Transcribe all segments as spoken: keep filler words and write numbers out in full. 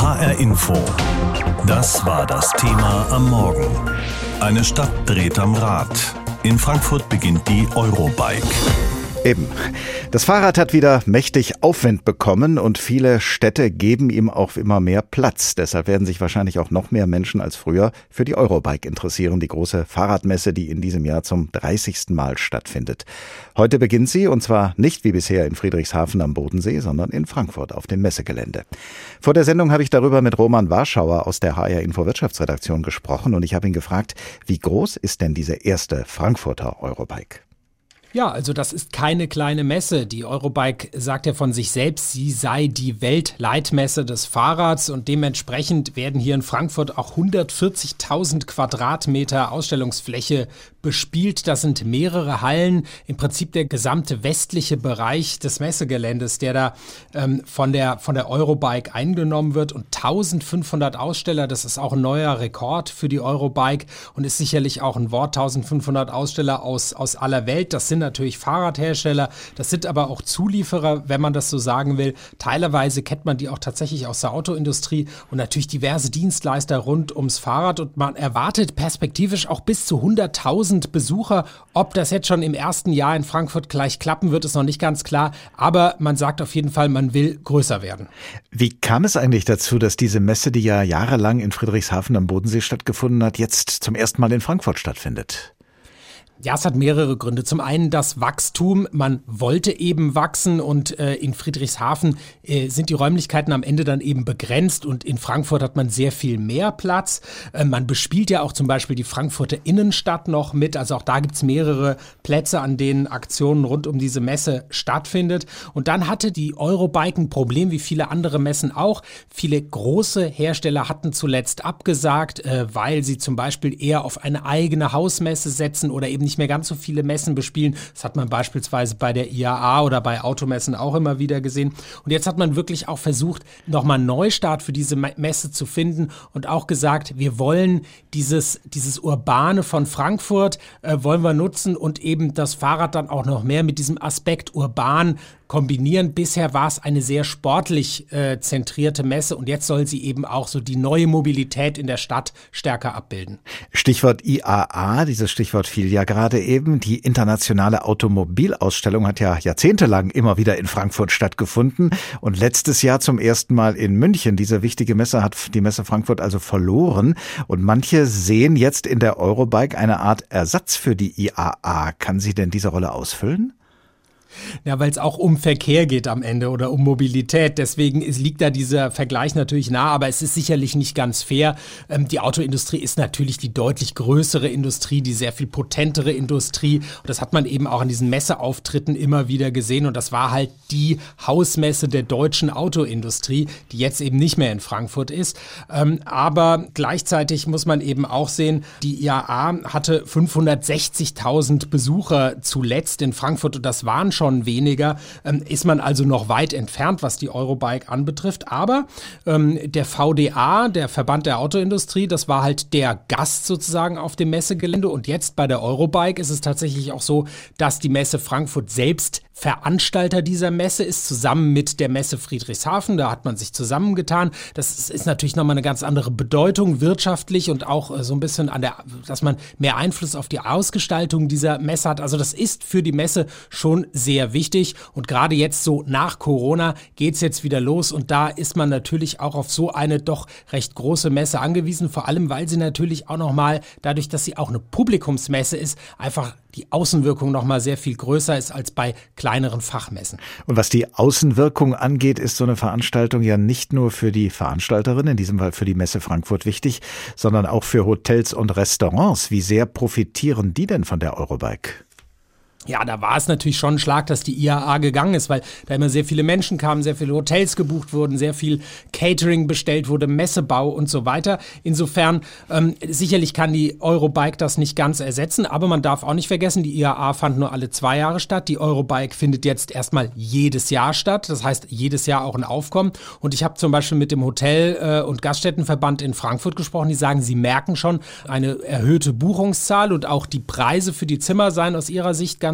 H R Info. Das war das Thema am Morgen. Eine Stadt dreht am Rad. In Frankfurt beginnt die Eurobike. Eben. Das Fahrrad hat wieder mächtig Aufwind bekommen und viele Städte geben ihm auch immer mehr Platz. Deshalb werden sich wahrscheinlich auch noch mehr Menschen als früher für die Eurobike interessieren, die große Fahrradmesse, die in diesem Jahr zum dreißigsten Mal stattfindet. Heute beginnt sie, und zwar nicht wie bisher in Friedrichshafen am Bodensee, sondern in Frankfurt auf dem Messegelände. Vor der Sendung habe ich darüber mit Roman Warschauer aus der H R Info Wirtschaftsredaktion gesprochen und ich habe ihn gefragt, wie groß ist denn diese erste Frankfurter Eurobike? Ja, also das ist keine kleine Messe. Die Eurobike sagt ja von sich selbst, sie sei die Weltleitmesse des Fahrrads und dementsprechend werden hier in Frankfurt auch hundertvierzigtausend Quadratmeter Ausstellungsfläche bespielt. Das sind mehrere Hallen, im Prinzip der gesamte westliche Bereich des Messegeländes, der da ähm, von der, von der Eurobike eingenommen wird, und eintausendfünfhundert Aussteller. Das ist auch ein neuer Rekord für die Eurobike und ist sicherlich auch ein Wort. eintausendfünfhundert Aussteller aus, aus aller Welt. Das sind natürlich Fahrradhersteller, das sind aber auch Zulieferer, wenn man das so sagen will. Teilweise kennt man die auch tatsächlich aus der Autoindustrie und natürlich diverse Dienstleister rund ums Fahrrad, und man erwartet perspektivisch auch bis zu hunderttausend Besucher. Ob das jetzt schon im ersten Jahr in Frankfurt gleich klappen wird, ist noch nicht ganz klar, aber man sagt auf jeden Fall, man will größer werden. Wie kam es eigentlich dazu, dass diese Messe, die ja jahrelang in Friedrichshafen am Bodensee stattgefunden hat, jetzt zum ersten Mal in Frankfurt stattfindet? Ja, es hat mehrere Gründe. Zum einen das Wachstum. Man wollte eben wachsen und äh, in Friedrichshafen äh, sind die Räumlichkeiten am Ende dann eben begrenzt und in Frankfurt hat man sehr viel mehr Platz. Äh, man bespielt ja auch zum Beispiel die Frankfurter Innenstadt noch mit. Also auch da gibt's mehrere Plätze, an denen Aktionen rund um diese Messe stattfindet. Und dann hatte die Eurobike ein Problem, wie viele andere Messen auch. Viele große Hersteller hatten zuletzt abgesagt, äh, weil sie zum Beispiel eher auf eine eigene Hausmesse setzen oder eben nicht mehr ganz so viele Messen bespielen. Das hat man beispielsweise bei der I A A oder bei Automessen auch immer wieder gesehen. Und jetzt hat man wirklich auch versucht, nochmal einen Neustart für diese Messe zu finden und auch gesagt, wir wollen dieses, dieses Urbane von Frankfurt äh, wollen wir nutzen und eben das Fahrrad dann auch noch mehr mit diesem Aspekt urban kombinieren. Bisher war es eine sehr sportlich äh, zentrierte Messe und jetzt soll sie eben auch so die neue Mobilität in der Stadt stärker abbilden. Stichwort I A A, dieses Stichwort fiel ja gerade eben. Die internationale Automobilausstellung hat ja jahrzehntelang immer wieder in Frankfurt stattgefunden und letztes Jahr zum ersten Mal in München. Diese wichtige Messe hat die Messe Frankfurt also verloren und manche sehen jetzt in der Eurobike eine Art Ersatz für die I A A. Kann sie denn diese Rolle ausfüllen? Ja, weil es auch um Verkehr geht am Ende oder um Mobilität. Deswegen ist, liegt da dieser Vergleich natürlich nah, aber es ist sicherlich nicht ganz fair. Ähm, die Autoindustrie ist natürlich die deutlich größere Industrie, die sehr viel potentere Industrie. Und das hat man eben auch an diesen Messeauftritten immer wieder gesehen. Und das war halt die Hausmesse der deutschen Autoindustrie, die jetzt eben nicht mehr in Frankfurt ist. Ähm, aber gleichzeitig muss man eben auch sehen, die I A A hatte fünfhundertsechzigtausend Besucher zuletzt in Frankfurt und das waren schon weniger, ähm, ist man also noch weit entfernt, was die Eurobike anbetrifft. Aber ähm, der V D A, der Verband der Autoindustrie, das war halt der Gast sozusagen auf dem Messegelände. Und jetzt bei der Eurobike ist es tatsächlich auch so, dass die Messe Frankfurt selbst Veranstalter dieser Messe ist, zusammen mit der Messe Friedrichshafen. Da hat man sich zusammengetan. Das ist, ist natürlich nochmal eine ganz andere Bedeutung wirtschaftlich und auch äh, so ein bisschen an der, dass man mehr Einfluss auf die Ausgestaltung dieser Messe hat. Also das ist für die Messe schon sehr wichtig. Und gerade jetzt so nach Corona geht's jetzt wieder los. Und da ist man natürlich auch auf so eine doch recht große Messe angewiesen. Vor allem, weil sie natürlich auch nochmal, dadurch, dass sie auch eine Publikumsmesse ist, einfach die Außenwirkung noch mal sehr viel größer ist als bei kleineren Fachmessen. Und was die Außenwirkung angeht, ist so eine Veranstaltung ja nicht nur für die Veranstalterin, in diesem Fall für die Messe Frankfurt wichtig, sondern auch für Hotels und Restaurants. Wie sehr profitieren die denn von der Eurobike? Ja, da war es natürlich schon ein Schlag, dass die I A A gegangen ist, weil da immer sehr viele Menschen kamen, sehr viele Hotels gebucht wurden, sehr viel Catering bestellt wurde, Messebau und so weiter. Insofern, ähm, sicherlich kann die Eurobike das nicht ganz ersetzen, aber man darf auch nicht vergessen, die I A A fand nur alle zwei Jahre statt. Die Eurobike findet jetzt erstmal jedes Jahr statt, das heißt jedes Jahr auch ein Aufkommen. Und ich habe zum Beispiel mit dem Hotel- äh, und Gaststättenverband in Frankfurt gesprochen, die sagen, sie merken schon eine erhöhte Buchungszahl und auch die Preise für die Zimmer seien aus ihrer Sicht ganz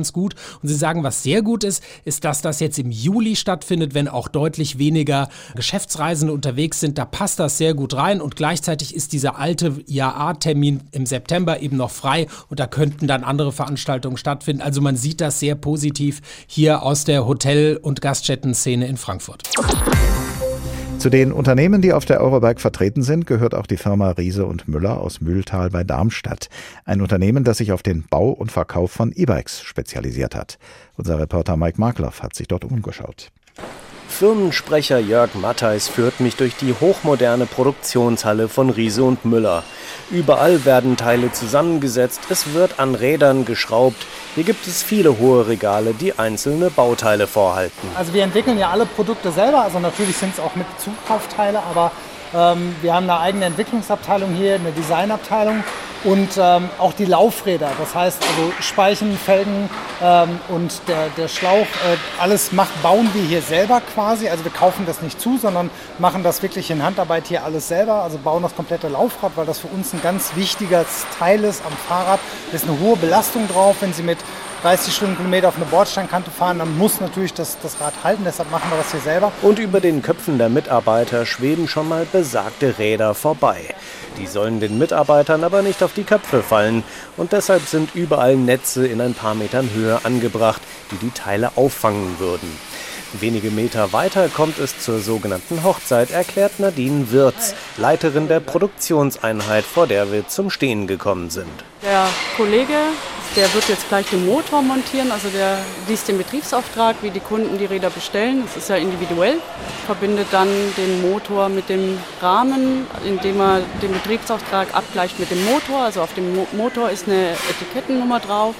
ganz gut. Und sie sagen, was sehr gut ist, ist, dass das jetzt im Juli stattfindet, wenn auch deutlich weniger Geschäftsreisende unterwegs sind. Da passt das sehr gut rein und gleichzeitig ist dieser alte I A A-Termin im September eben noch frei und da könnten dann andere Veranstaltungen stattfinden. Also man sieht das sehr positiv hier aus der Hotel- und Gaststätten-Szene in Frankfurt. Zu den Unternehmen, die auf der Eurobike vertreten sind, gehört auch die Firma Riese und Müller aus Mühltal bei Darmstadt. Ein Unternehmen, das sich auf den Bau und Verkauf von E-Bikes spezialisiert hat. Unser Reporter Mike Markloff hat sich dort umgeschaut. Firmensprecher Jörg Mattheis führt mich durch die hochmoderne Produktionshalle von Riese und Müller. Überall werden Teile zusammengesetzt, es wird an Rädern geschraubt. Hier gibt es viele hohe Regale, die einzelne Bauteile vorhalten. Also wir entwickeln ja alle Produkte selber, also natürlich sind es auch mit Zukaufteile, aber ähm, wir haben eine eigene Entwicklungsabteilung hier, eine Designabteilung und ähm, auch die Laufräder, das heißt also Speichen, Felgen ähm, und der, der Schlauch, äh, alles macht, bauen wir hier selber quasi, also wir kaufen das nicht zu, sondern machen das wirklich in Handarbeit hier alles selber, also bauen das komplette Laufrad, weil das für uns ein ganz wichtiges Teil ist am Fahrrad. Da ist eine hohe Belastung drauf, wenn Sie mit dreißig Stundenkilometer auf eine Bordsteinkante fahren, dann muss natürlich das, das Rad halten, deshalb machen wir das hier selber. Und über den Köpfen der Mitarbeiter schweben schon mal besagte Räder vorbei. Die sollen den Mitarbeitern aber nicht auf die Köpfe fallen und deshalb sind überall Netze in ein paar Metern Höhe angebracht, die die Teile auffangen würden. Wenige Meter weiter kommt es zur sogenannten Hochzeit, erklärt Nadine Wirz, Leiterin der Produktionseinheit, vor der wir zum Stehen gekommen sind. Der Kollege, der wird jetzt gleich den Motor montieren, also der liest den Betriebsauftrag, wie die Kunden die Räder bestellen. Das ist ja individuell, verbindet dann den Motor mit dem Rahmen, indem er den Betriebsauftrag abgleicht mit dem Motor. Also auf dem Mo- Motor ist eine Etikettennummer drauf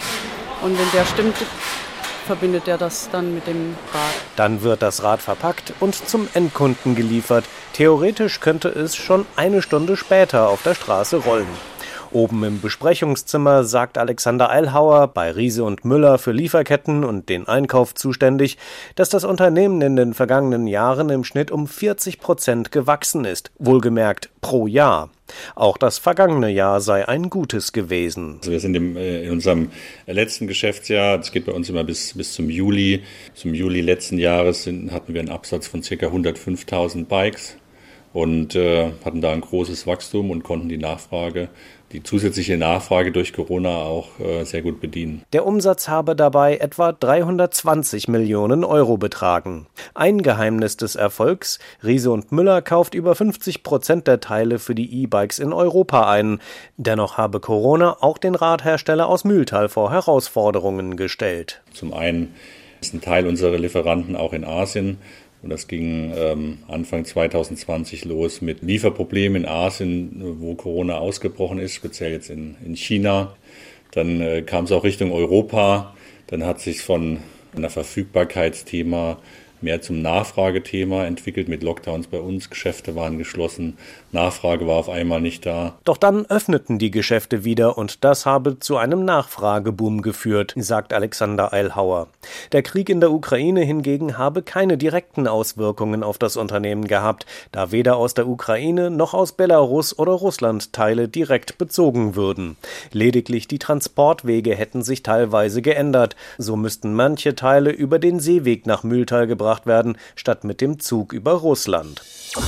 und wenn der stimmt, verbindet er das dann mit dem Rad. Dann wird das Rad verpackt und zum Endkunden geliefert. Theoretisch könnte es schon eine Stunde später auf der Straße rollen. Oben im Besprechungszimmer sagt Alexander Eilhauer, bei Riese und Müller für Lieferketten und den Einkauf zuständig, dass das Unternehmen in den vergangenen Jahren im Schnitt um vierzig Prozent gewachsen ist, wohlgemerkt pro Jahr. Auch das vergangene Jahr sei ein gutes gewesen. Also wir sind im, äh, in unserem letzten Geschäftsjahr, das geht bei uns immer bis, bis zum Juli, zum Juli letzten Jahres sind, hatten wir einen Absatz von ca. hundertfünftausend Bikes und äh, hatten da ein großes Wachstum und konnten die Nachfrage, die zusätzliche Nachfrage durch Corona auch äh, sehr gut bedienen. Der Umsatz habe dabei etwa dreihundertzwanzig Millionen Euro betragen. Ein Geheimnis des Erfolgs: Riese und Müller kauft über fünfzig Prozent der Teile für die E-Bikes in Europa ein. Dennoch habe Corona auch den Radhersteller aus Mühltal vor Herausforderungen gestellt. Zum einen ist ein Teil unserer Lieferanten auch in Asien. Und das ging ähm, Anfang zwanzig zwanzig los mit Lieferproblemen in Asien, wo Corona ausgebrochen ist, speziell jetzt in, in China. Dann äh, kam es auch Richtung Europa. Dann hat sich von einer Verfügbarkeitsthema mehr zum Nachfragethema entwickelt mit Lockdowns bei uns. Geschäfte waren geschlossen, Nachfrage war auf einmal nicht da. Doch dann öffneten die Geschäfte wieder und das habe zu einem Nachfrageboom geführt, sagt Alexander Eilhauer. Der Krieg in der Ukraine hingegen habe keine direkten Auswirkungen auf das Unternehmen gehabt, da weder aus der Ukraine noch aus Belarus oder Russland Teile direkt bezogen würden. Lediglich die Transportwege hätten sich teilweise geändert. So müssten manche Teile über den Seeweg nach Mühltal gebracht werden, statt mit dem Zug über Russland.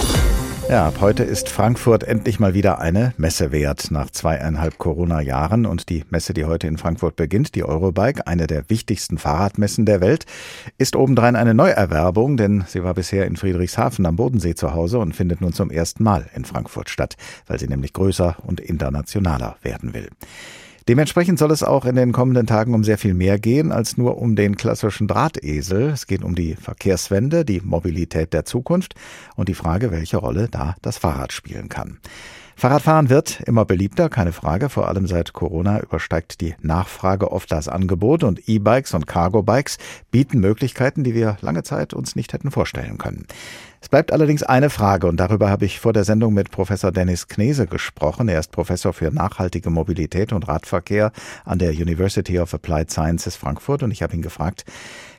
Ja, ab heute ist Frankfurt endlich mal wieder eine Messe wert, nach zweieinhalb Corona-Jahren. Und die Messe, die heute in Frankfurt beginnt, die Eurobike, eine der wichtigsten Fahrradmessen der Welt, ist obendrein eine Neuerwerbung, denn sie war bisher in Friedrichshafen am Bodensee zu Hause und findet nun zum ersten Mal in Frankfurt statt, weil sie nämlich größer und internationaler werden will. Dementsprechend soll es auch in den kommenden Tagen um sehr viel mehr gehen als nur um den klassischen Drahtesel. Es geht um die Verkehrswende, die Mobilität der Zukunft und die Frage, welche Rolle da das Fahrrad spielen kann. Fahrradfahren wird immer beliebter, keine Frage. Vor allem seit Corona übersteigt die Nachfrage oft das Angebot und E-Bikes und Cargo-Bikes bieten Möglichkeiten, die wir lange Zeit uns nicht hätten vorstellen können. Es bleibt allerdings eine Frage und darüber habe ich vor der Sendung mit Professor Dennis Knese gesprochen. Er ist Professor für nachhaltige Mobilität und Radverkehr an der University of Applied Sciences Frankfurt und ich habe ihn gefragt,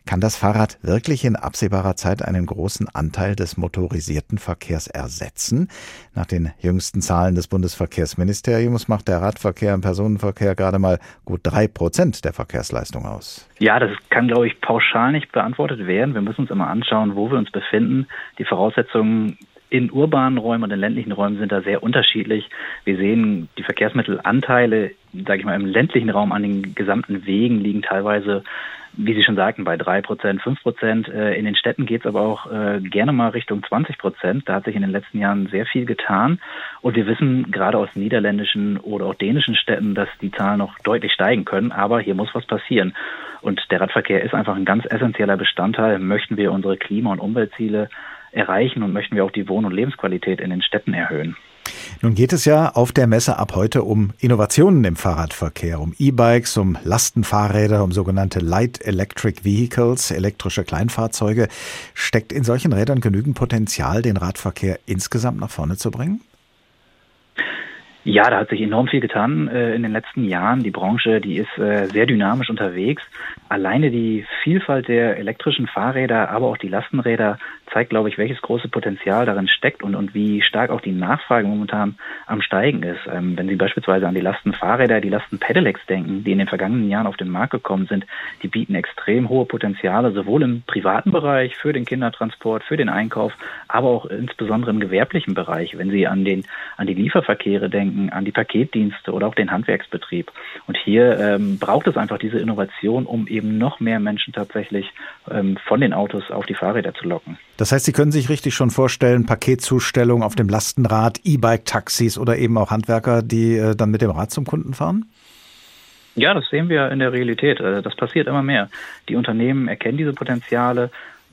Kann das Fahrrad wirklich in absehbarer Zeit einen großen Anteil des motorisierten Verkehrs ersetzen? Nach den jüngsten Zahlen des Bundesverkehrsministeriums macht der Radverkehr im Personenverkehr gerade mal gut drei Prozent der Verkehrsleistung aus. Ja, das kann, glaube ich, pauschal nicht beantwortet werden. Wir müssen uns immer anschauen, wo wir uns befinden. Die Voraussetzungen in urbanen Räumen und in ländlichen Räumen sind da sehr unterschiedlich. Wir sehen, die Verkehrsmittelanteile, sage ich mal, im ländlichen Raum an den gesamten Wegen liegen teilweise, wie Sie schon sagten, bei drei Prozent, fünf Prozent. In den Städten geht es aber auch gerne mal Richtung zwanzig Prozent. Da hat sich in den letzten Jahren sehr viel getan. Und wir wissen gerade aus niederländischen oder auch dänischen Städten, dass die Zahlen noch deutlich steigen können. Aber hier muss was passieren. Und der Radverkehr ist einfach ein ganz essentieller Bestandteil. Möchten wir unsere Klima- und Umweltziele erreichen und möchten wir auch die Wohn- und Lebensqualität in den Städten erhöhen. Nun geht es ja auf der Messe ab heute um Innovationen im Fahrradverkehr, um E-Bikes, um Lastenfahrräder, um sogenannte Light Electric Vehicles, elektrische Kleinfahrzeuge. Steckt in solchen Rädern genügend Potenzial, den Radverkehr insgesamt nach vorne zu bringen? Ja, da hat sich enorm viel getan äh, in den letzten Jahren. Die Branche, die ist äh, sehr dynamisch unterwegs. Alleine die Vielfalt der elektrischen Fahrräder, aber auch die Lastenräder zeigt, glaube ich, welches große Potenzial darin steckt und, und wie stark auch die Nachfrage momentan am Steigen ist. Ähm, wenn Sie beispielsweise an die Lastenfahrräder, die Lastenpedelecs denken, die in den vergangenen Jahren auf den Markt gekommen sind, die bieten extrem hohe Potenziale, sowohl im privaten Bereich für den Kindertransport, für den Einkauf, aber auch insbesondere im gewerblichen Bereich, wenn Sie an den an die Lieferverkehre denken, an die Paketdienste oder auch den Handwerksbetrieb. Und hier ähm, braucht es einfach diese Innovation, um eben noch mehr Menschen tatsächlich ähm, von den Autos auf die Fahrräder zu locken. Das heißt, Sie können sich richtig schon vorstellen, Paketzustellung auf dem Lastenrad, E-Bike-Taxis oder eben auch Handwerker, die äh, dann mit dem Rad zum Kunden fahren? Ja, das sehen wir in der Realität. Das passiert immer mehr. Die Unternehmen erkennen diese Potenziale,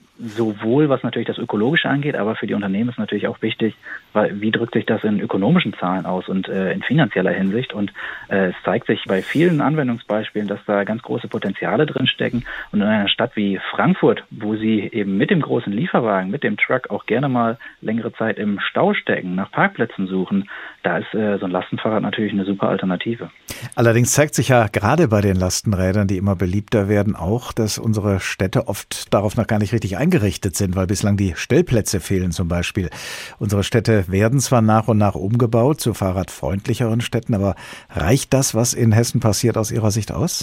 sowohl was natürlich das Ökologische angeht, aber für die Unternehmen ist natürlich auch wichtig, weil, wie drückt sich das in ökonomischen Zahlen aus und äh, in finanzieller Hinsicht. Und äh, es zeigt sich bei vielen Anwendungsbeispielen, dass da ganz große Potenziale drin stecken. Und in einer Stadt wie Frankfurt, wo sie eben mit dem großen Lieferwagen, mit dem Truck auch gerne mal längere Zeit im Stau stecken, nach Parkplätzen suchen, da ist äh, so ein Lastenfahrrad natürlich eine super Alternative. Allerdings zeigt sich ja gerade bei den Lastenrädern, die immer beliebter werden, auch, dass unsere Städte oft darauf noch gar nicht richtig eingerichtet sind, weil bislang die Stellplätze fehlen zum Beispiel. Unsere Städte werden zwar nach und nach umgebaut zu fahrradfreundlicheren Städten, aber reicht das, was in Hessen passiert, aus Ihrer Sicht aus?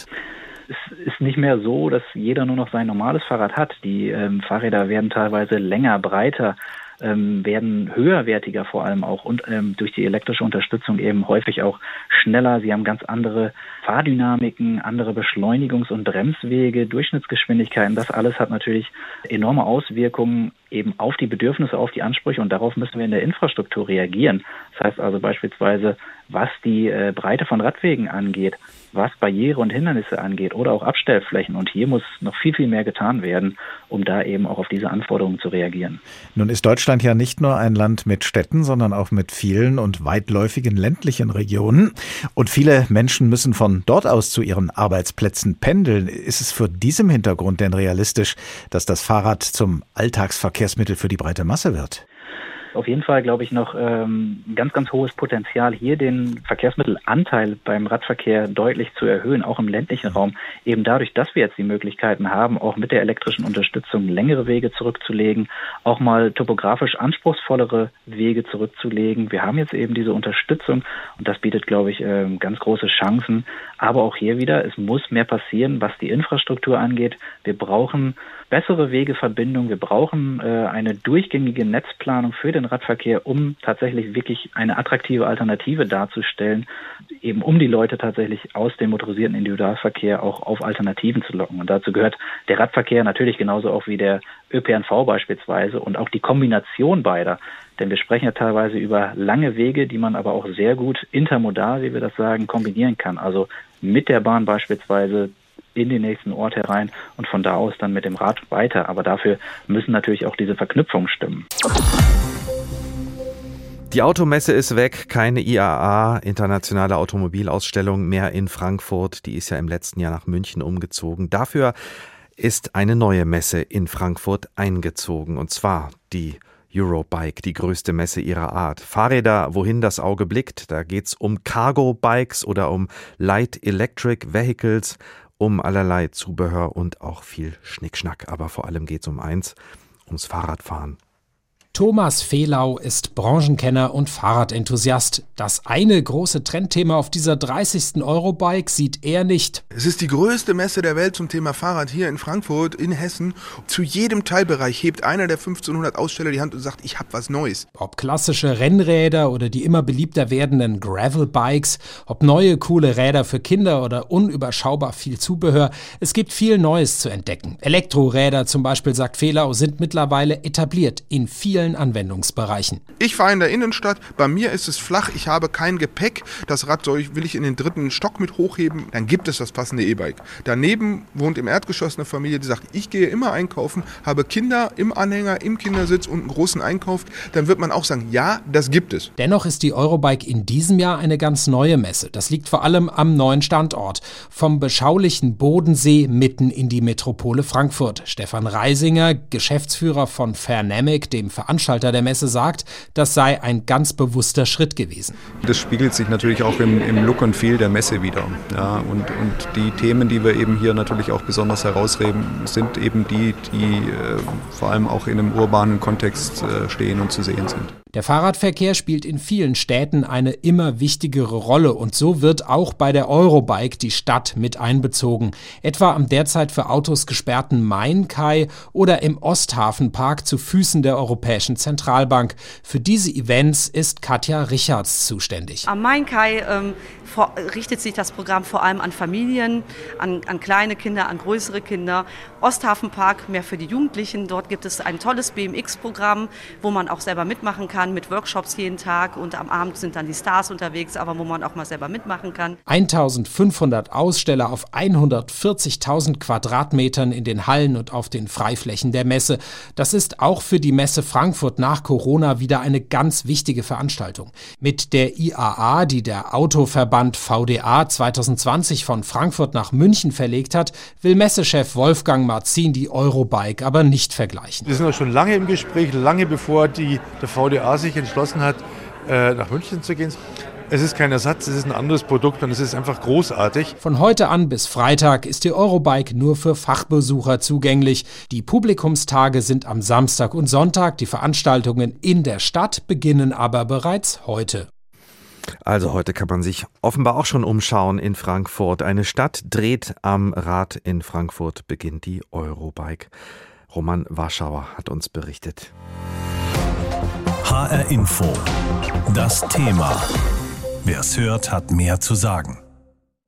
Es ist nicht mehr so, dass jeder nur noch sein normales Fahrrad hat. Die ähm, Fahrräder werden teilweise länger, breiter, ähm, werden höherwertiger vor allem auch und ähm, durch die elektrische Unterstützung eben häufig auch schneller. Sie haben ganz andere Fahrdynamiken, andere Beschleunigungs- und Bremswege, Durchschnittsgeschwindigkeiten. Das alles hat natürlich enorme Auswirkungen eben auf die Bedürfnisse, auf die Ansprüche und darauf müssen wir in der Infrastruktur reagieren. Das heißt also beispielsweise, was die äh, Breite von Radwegen angeht, was Barriere und Hindernisse angeht oder auch Abstellflächen. Und hier muss noch viel, viel mehr getan werden, um da eben auch auf diese Anforderungen zu reagieren. Nun ist Deutschland ja nicht nur ein Land mit Städten, sondern auch mit vielen und weitläufigen ländlichen Regionen. Und viele Menschen müssen von dort aus zu ihren Arbeitsplätzen pendeln. Ist es vor diesem Hintergrund denn realistisch, dass das Fahrrad zum Alltagsverkehrsmittel für die breite Masse wird? Auf jeden Fall, glaube ich, noch ähm, ganz, ganz hohes Potenzial, hier den Verkehrsmittelanteil beim Radverkehr deutlich zu erhöhen, auch im ländlichen Raum. Eben dadurch, dass wir jetzt die Möglichkeiten haben, auch mit der elektrischen Unterstützung längere Wege zurückzulegen, auch mal topografisch anspruchsvollere Wege zurückzulegen. Wir haben jetzt eben diese Unterstützung und das bietet, glaube ich, äh, ganz große Chancen. Aber auch hier wieder, es muss mehr passieren, was die Infrastruktur angeht. Wir brauchen bessere Wegeverbindungen, wir brauchen äh, eine durchgängige Netzplanung für den Radverkehr, um tatsächlich wirklich eine attraktive Alternative darzustellen, eben um die Leute tatsächlich aus dem motorisierten Individualverkehr auch auf Alternativen zu locken. Und dazu gehört der Radverkehr natürlich genauso auch wie der Ö P N V beispielsweise und auch die Kombination beider. Denn wir sprechen ja teilweise über lange Wege, die man aber auch sehr gut intermodal, wie wir das sagen, kombinieren kann. Also mit der Bahn beispielsweise in den nächsten Ort herein und von da aus dann mit dem Rad weiter. Aber dafür müssen natürlich auch diese Verknüpfungen stimmen. Die Automesse ist weg, keine I A A, internationale Automobilausstellung mehr in Frankfurt. Die ist ja im letzten Jahr nach München umgezogen. Dafür ist eine neue Messe in Frankfurt eingezogen, und zwar die Eurobike, die größte Messe ihrer Art. Fahrräder, wohin das Auge blickt, da geht's um Cargo-Bikes oder um Light Electric Vehicles um allerlei Zubehör und auch viel Schnickschnack. Aber vor allem geht es um eins, ums Fahrradfahren. Thomas Fehlau ist Branchenkenner und Fahrradenthusiast. Das eine große Trendthema auf dieser dreißigsten Eurobike sieht er nicht. Es ist die größte Messe der Welt zum Thema Fahrrad hier in Frankfurt, in Hessen. Zu jedem Teilbereich hebt einer der fünfzehnhundert Aussteller die Hand und sagt, ich habe was Neues. Ob klassische Rennräder oder die immer beliebter werdenden Gravelbikes, ob neue coole Räder für Kinder oder unüberschaubar viel Zubehör, es gibt viel Neues zu entdecken. Elektroräder zum Beispiel, sagt Fehlau, sind mittlerweile etabliert in vielen Anwendungsbereichen. Ich fahre in der Innenstadt, bei mir ist es flach, ich habe kein Gepäck, das Rad soll ich, will ich in den dritten Stock mit hochheben, dann gibt es das passende E-Bike. Daneben wohnt im Erdgeschoss eine Familie, die sagt, ich gehe immer einkaufen, habe Kinder im Anhänger, im Kindersitz und einen großen Einkauf, dann wird man auch sagen, ja, das gibt es. Dennoch ist die Eurobike in diesem Jahr eine ganz neue Messe. Das liegt vor allem am neuen Standort. Vom beschaulichen Bodensee mitten in die Metropole Frankfurt. Stefan Reisinger, Geschäftsführer von Fernamic, dem Veranstalter der Messe, sagt, das sei ein ganz bewusster Schritt gewesen. Das spiegelt sich natürlich auch im, im Look und Feel der Messe wieder. Ja, und, und die Themen, die wir eben hier natürlich auch besonders herausheben, sind eben die, die äh, vor allem auch in einem urbanen Kontext äh, stehen und zu sehen sind. Der Fahrradverkehr spielt in vielen Städten eine immer wichtigere Rolle und so wird auch bei der Eurobike die Stadt mit einbezogen. Etwa am derzeit für Autos gesperrten Main-Kai oder im Osthafenpark zu Füßen der Europäischen Zentralbank. Für diese Events ist Katja Richards zuständig. Am Main-Kai ähm, vor, richtet sich das Programm vor allem an Familien, an, an kleine Kinder, an größere Kinder. Osthafenpark mehr für die Jugendlichen. Dort gibt es ein tolles B M X-Programm, wo man auch selber mitmachen kann, mit Workshops jeden Tag, und am Abend sind dann die Stars unterwegs, aber wo man auch mal selber mitmachen kann. eintausendfünfhundert Aussteller auf hundertvierzigtausend Quadratmetern in den Hallen und auf den Freiflächen der Messe. Das ist auch für die Messe Frankfurt nach Corona wieder eine ganz wichtige Veranstaltung. Mit der I A A, die der Autoverband V D A zwanzig zwanzig von Frankfurt nach München verlegt hat, will Messechef Wolfgang Marzin die Eurobike aber nicht vergleichen. Wir sind ja schon lange im Gespräch, lange bevor die, der V D A sich entschlossen hat, äh, nach München zu gehen. Es ist kein Ersatz, es ist ein anderes Produkt und es ist einfach großartig. Von heute an bis Freitag ist die Eurobike nur für Fachbesucher zugänglich. Die Publikumstage sind am Samstag und Sonntag. Die Veranstaltungen in der Stadt beginnen aber bereits heute. Also heute kann man sich offenbar auch schon umschauen in Frankfurt. Eine Stadt dreht am Rad. In Frankfurt beginnt die Eurobike. Roman Warschauer hat uns berichtet. H R Info. Das Thema. Wer es hört, hat mehr zu sagen.